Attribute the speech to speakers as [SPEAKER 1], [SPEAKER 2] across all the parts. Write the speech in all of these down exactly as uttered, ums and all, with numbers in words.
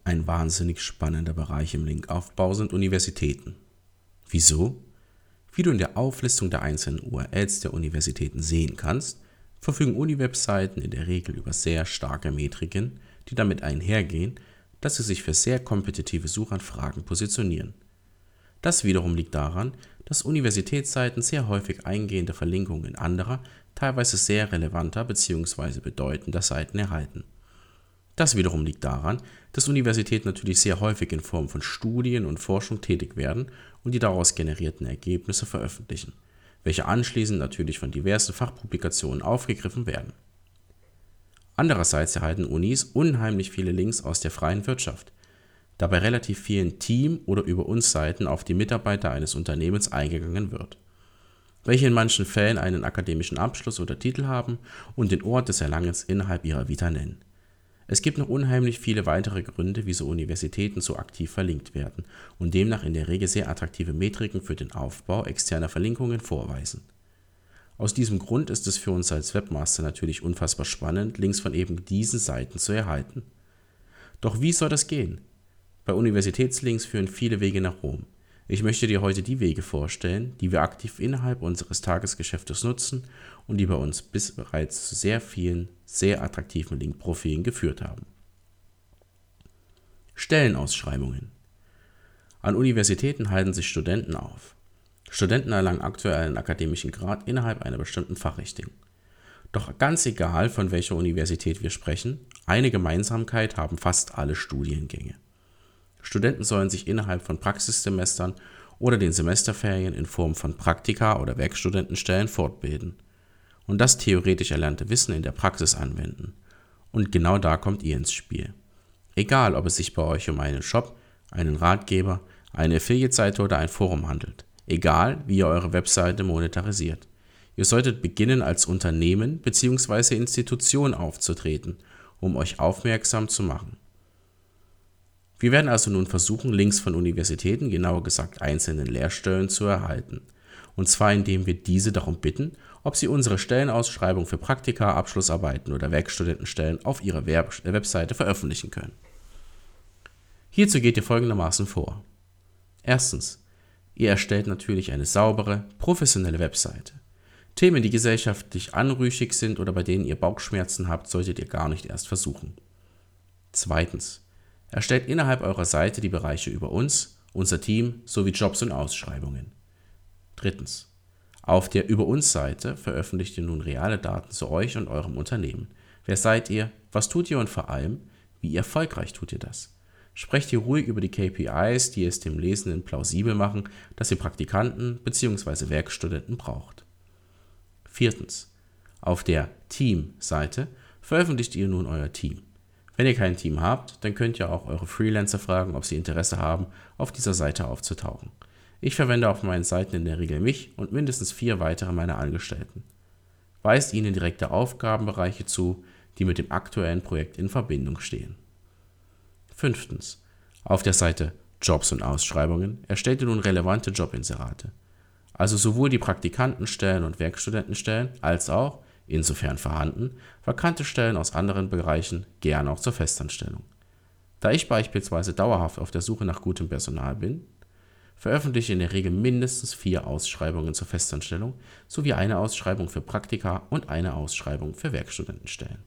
[SPEAKER 1] Ein wahnsinnig spannender Bereich im Linkaufbau sind Universitäten. Wieso? Wie du in der Auflistung der einzelnen U R Ls der Universitäten sehen kannst, verfügen Uni-Webseiten in der Regel über sehr starke Metriken, die damit einhergehen, dass sie sich für sehr kompetitive Suchanfragen positionieren. Das wiederum liegt daran, dass Universitätsseiten sehr häufig eingehende Verlinkungen anderer, teilweise sehr relevanter bzw. bedeutender Seiten erhalten. Das wiederum liegt daran, dass Universitäten natürlich sehr häufig in Form von Studien und Forschung tätig werden und die daraus generierten Ergebnisse veröffentlichen, welche anschließend natürlich von diversen Fachpublikationen aufgegriffen werden. Andererseits erhalten Unis unheimlich viele Links aus der freien Wirtschaft, da bei relativ vielen Team- oder Über-uns-Seiten auf die Mitarbeiter eines Unternehmens eingegangen wird, welche in manchen Fällen einen akademischen Abschluss oder Titel haben und den Ort des Erlangens innerhalb ihrer Vita nennen. Es gibt noch unheimlich viele weitere Gründe, wieso Universitäten so aktiv verlinkt werden und demnach in der Regel sehr attraktive Metriken für den Aufbau externer Verlinkungen vorweisen. Aus diesem Grund ist es für uns als Webmaster natürlich unfassbar spannend, Links von eben diesen Seiten zu erhalten. Doch wie soll das gehen? Bei Universitätslinks führen viele Wege nach Rom. Ich möchte dir heute die Wege vorstellen, die wir aktiv innerhalb unseres Tagesgeschäftes nutzen und die bei uns bis bereits zu sehr vielen, sehr attraktiven Linkprofilen geführt haben. Stellenausschreibungen. An Universitäten halten sich Studenten auf. Studenten erlangen aktuell einen akademischen Grad innerhalb einer bestimmten Fachrichtung. Doch ganz egal, von welcher Universität wir sprechen, eine Gemeinsamkeit haben fast alle Studiengänge. Studenten sollen sich innerhalb von Praxissemestern oder den Semesterferien in Form von Praktika oder Werkstudentenstellen fortbilden und das theoretisch erlernte Wissen in der Praxis anwenden. Und genau da kommt ihr ins Spiel. Egal, ob es sich bei euch um einen Shop, einen Ratgeber, eine Affiliate-Seite oder ein Forum handelt. Egal, wie ihr eure Webseite monetarisiert. Ihr solltet beginnen, als Unternehmen bzw. Institution aufzutreten, um euch aufmerksam zu machen. Wir werden also nun versuchen, Links von Universitäten, genauer gesagt einzelnen Lehrstellen, zu erhalten. Und zwar indem wir diese darum bitten, ob sie unsere Stellenausschreibung für Praktika, Abschlussarbeiten oder Werkstudentenstellen auf ihrer Webseite veröffentlichen können. Hierzu geht ihr folgendermaßen vor. Erstens, ihr erstellt natürlich eine saubere, professionelle Webseite. Themen, die gesellschaftlich anrüchig sind oder bei denen ihr Bauchschmerzen habt, solltet ihr gar nicht erst versuchen. Zweitens, erstellt innerhalb eurer Seite die Bereiche über uns, unser Team sowie Jobs und Ausschreibungen. Drittens, auf der Über uns Seite veröffentlicht ihr nun reale Daten zu euch und eurem Unternehmen. Wer seid ihr, was tut ihr und vor allem, wie erfolgreich tut ihr das? Sprecht ihr ruhig über die K P Is, die es dem Lesenden plausibel machen, dass ihr Praktikanten bzw. Werkstudenten braucht. Viertens, auf der Team-Seite veröffentlicht ihr nun euer Team. Wenn ihr kein Team habt, dann könnt ihr auch eure Freelancer fragen, ob sie Interesse haben, auf dieser Seite aufzutauchen. Ich verwende auf meinen Seiten in der Regel mich und mindestens vier weitere meiner Angestellten. Weist ihnen direkte Aufgabenbereiche zu, die mit dem aktuellen Projekt in Verbindung stehen. Fünftens. Auf der Seite Jobs und Ausschreibungen erstellt ihr nun relevante Jobinserate. Also sowohl die Praktikantenstellen und Werkstudentenstellen als auch, insofern vorhanden, vakante Stellen aus anderen Bereichen, gern auch zur Festanstellung. Da ich beispielsweise dauerhaft auf der Suche nach gutem Personal bin, veröffentliche ich in der Regel mindestens vier Ausschreibungen zur Festanstellung sowie eine Ausschreibung für Praktika und eine Ausschreibung für Werkstudentenstellen.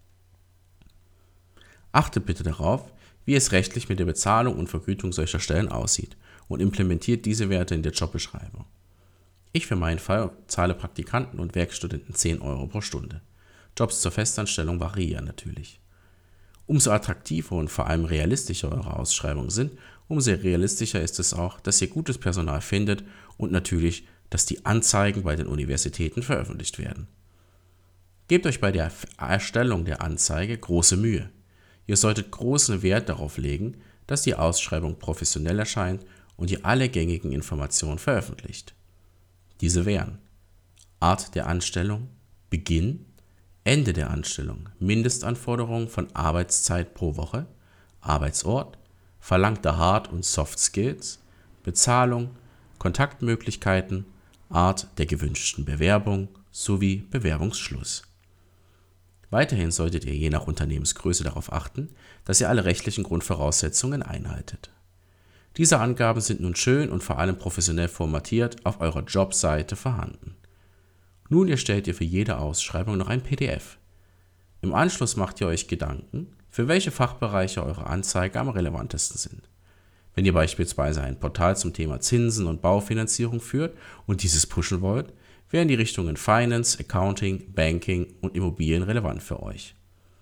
[SPEAKER 1] Achtet bitte darauf, wie es rechtlich mit der Bezahlung und Vergütung solcher Stellen aussieht und implementiert diese Werte in der Jobbeschreibung. Ich für meinen Fall zahle Praktikanten und Werkstudenten zehn Euro pro Stunde. Jobs zur Festanstellung variieren natürlich. Umso attraktiver und vor allem realistischer eure Ausschreibungen sind, umso realistischer ist es auch, dass ihr gutes Personal findet und natürlich, dass die Anzeigen bei den Universitäten veröffentlicht werden. Gebt euch bei der Erstellung der Anzeige große Mühe. Ihr solltet großen Wert darauf legen, dass die Ausschreibung professionell erscheint und ihr alle gängigen Informationen veröffentlicht. Diese wären: Art der Anstellung, Beginn, Ende der Anstellung, Mindestanforderungen von Arbeitszeit pro Woche, Arbeitsort, verlangte Hard- und Soft Skills, Bezahlung, Kontaktmöglichkeiten, Art der gewünschten Bewerbung sowie Bewerbungsschluss. Weiterhin solltet ihr je nach Unternehmensgröße darauf achten, dass ihr alle rechtlichen Grundvoraussetzungen einhaltet. Diese Angaben sind nun schön und vor allem professionell formatiert auf eurer Jobseite vorhanden. Nun erstellt ihr für jede Ausschreibung noch ein P D F. Im Anschluss macht ihr euch Gedanken, für welche Fachbereiche eure Anzeige am relevantesten sind. Wenn ihr beispielsweise ein Portal zum Thema Zinsen und Baufinanzierung führt und dieses pushen wollt, wären die Richtungen Finance, Accounting, Banking und Immobilien relevant für euch.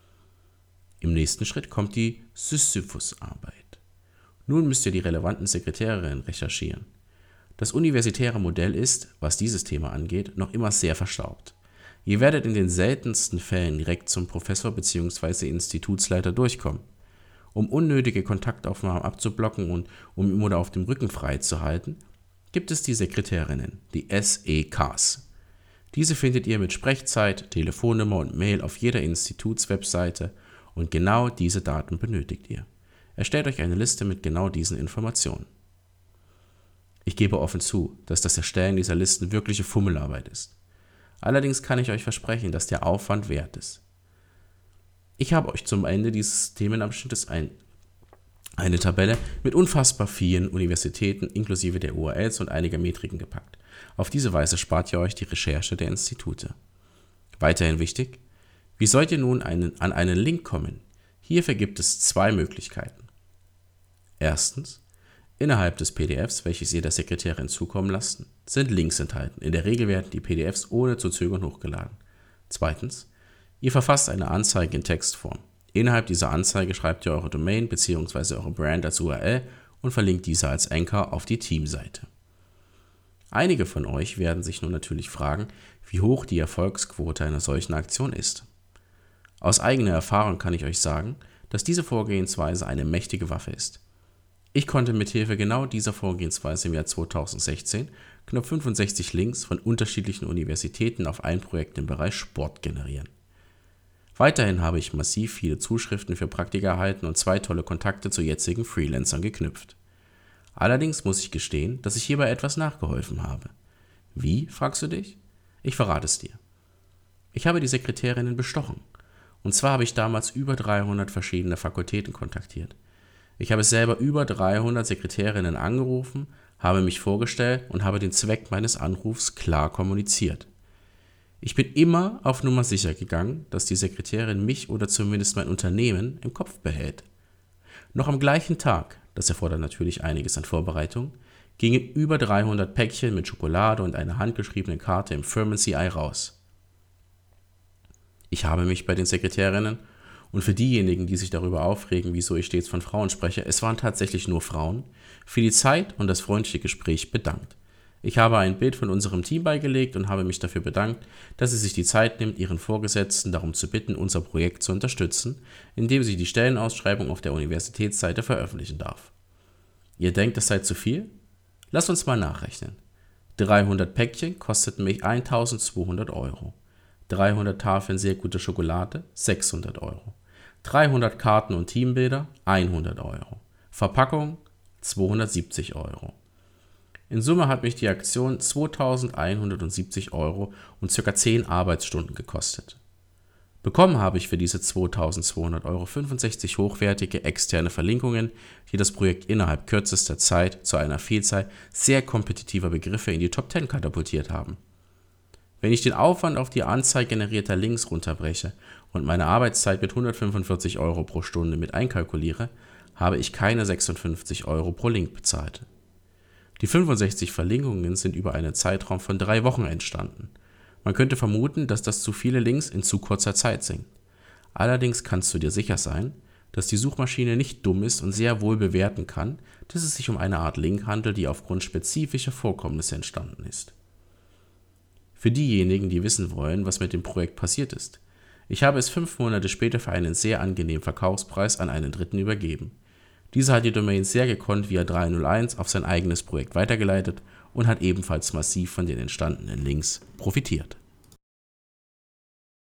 [SPEAKER 1] Im nächsten Schritt kommt die Sisyphus-Arbeit. Nun müsst ihr die relevanten Sekretärinnen recherchieren. Das universitäre Modell ist, was dieses Thema angeht, noch immer sehr verstaubt. Ihr werdet in den seltensten Fällen direkt zum Professor bzw. Institutsleiter durchkommen. Um unnötige Kontaktaufnahmen abzublocken und um ihm oder auf dem Rücken frei zu halten, gibt es die Sekretärinnen, die S E Ks. Diese findet ihr mit Sprechzeit, Telefonnummer und Mail auf jeder Institutswebseite und genau diese Daten benötigt ihr. Erstellt euch eine Liste mit genau diesen Informationen. Ich gebe offen zu, dass das Erstellen dieser Listen wirkliche Fummelarbeit ist. Allerdings kann ich euch versprechen, dass der Aufwand wert ist. Ich habe euch zum Ende dieses Themenabschnittes ein, eine Tabelle mit unfassbar vielen Universitäten inklusive der U R Ls und einiger Metriken gepackt. Auf diese Weise spart ihr euch die Recherche der Institute. Weiterhin wichtig: Wie sollt ihr nun einen, an einen Link kommen? Hierfür gibt es zwei Möglichkeiten. Erstens: Innerhalb des P D Fs, welches ihr der Sekretärin zukommen lasst, sind Links enthalten. In der Regel werden die P D Fs ohne zu zögern hochgeladen. Zweitens: Ihr verfasst eine Anzeige in Textform. Innerhalb dieser Anzeige schreibt ihr eure Domain bzw. eure Brand als U R L und verlinkt diese als Anchor auf die Teamseite. Einige von euch werden sich nun natürlich fragen, wie hoch die Erfolgsquote einer solchen Aktion ist. Aus eigener Erfahrung kann ich euch sagen, dass diese Vorgehensweise eine mächtige Waffe ist. Ich konnte mithilfe genau dieser Vorgehensweise im Jahr zweitausendsechzehn knapp fünfundsechzig Links von unterschiedlichen Universitäten auf ein Projekt im Bereich Sport generieren. Weiterhin habe ich massiv viele Zuschriften für Praktika erhalten und zwei tolle Kontakte zu jetzigen Freelancern geknüpft. Allerdings muss ich gestehen, dass ich hierbei etwas nachgeholfen habe. Wie, fragst du dich? Ich verrate es dir. Ich habe die Sekretärinnen bestochen. Und zwar habe ich damals über dreihundert verschiedene Fakultäten kontaktiert. Ich habe selber über dreihundert Sekretärinnen angerufen, habe mich vorgestellt und habe den Zweck meines Anrufs klar kommuniziert. Ich bin immer auf Nummer sicher gegangen, dass die Sekretärin mich oder zumindest mein Unternehmen im Kopf behält. Noch am gleichen Tag, das erfordert natürlich einiges an Vorbereitung, gingen über dreihundert Päckchen mit Schokolade und einer handgeschriebenen Karte im Firmen-C I raus. Ich habe mich bei den Sekretärinnen und für diejenigen, die sich darüber aufregen, wieso ich stets von Frauen spreche, es waren tatsächlich nur Frauen, für die Zeit und das freundliche Gespräch bedankt. Ich habe ein Bild von unserem Team beigelegt und habe mich dafür bedankt, dass sie sich die Zeit nimmt, ihren Vorgesetzten darum zu bitten, unser Projekt zu unterstützen, indem sie die Stellenausschreibung auf der Universitätsseite veröffentlichen darf. Ihr denkt, das sei zu viel? Lasst uns mal nachrechnen. dreihundert Päckchen kosteten mich eintausendzweihundert Euro. dreihundert Tafeln sehr gute Schokolade, sechshundert Euro. dreihundert Karten und Teambilder, hundert Euro. Verpackung, zweihundertsiebzig Euro. In Summe hat mich die Aktion zweitausendeinhundertsiebzig Euro und ca. zehn Arbeitsstunden gekostet. Bekommen habe ich für diese zweitausendzweihundert Euro fünfundsechzig hochwertige externe Verlinkungen, die das Projekt innerhalb kürzester Zeit zu einer Vielzahl sehr kompetitiver Begriffe in die Top zehn katapultiert haben. Wenn ich den Aufwand auf die Anzahl generierter Links runterbreche und meine Arbeitszeit mit hundertfünfundvierzig Euro pro Stunde mit einkalkuliere, habe ich keine sechsundfünfzig Euro pro Link bezahlt. Die fünfundsechzig Verlinkungen sind über einen Zeitraum von drei Wochen entstanden. Man könnte vermuten, dass das zu viele Links in zu kurzer Zeit sind. Allerdings kannst du dir sicher sein, dass die Suchmaschine nicht dumm ist und sehr wohl bewerten kann, dass es sich um eine Art Link handelt, die aufgrund spezifischer Vorkommnisse entstanden ist. Für diejenigen, die wissen wollen, was mit dem Projekt passiert ist: Ich habe es fünf Monate später für einen sehr angenehmen Verkaufspreis an einen Dritten übergeben. Dieser hat die Domain sehr gekonnt via dreihunderteins auf sein eigenes Projekt weitergeleitet und hat ebenfalls massiv von den entstandenen Links profitiert.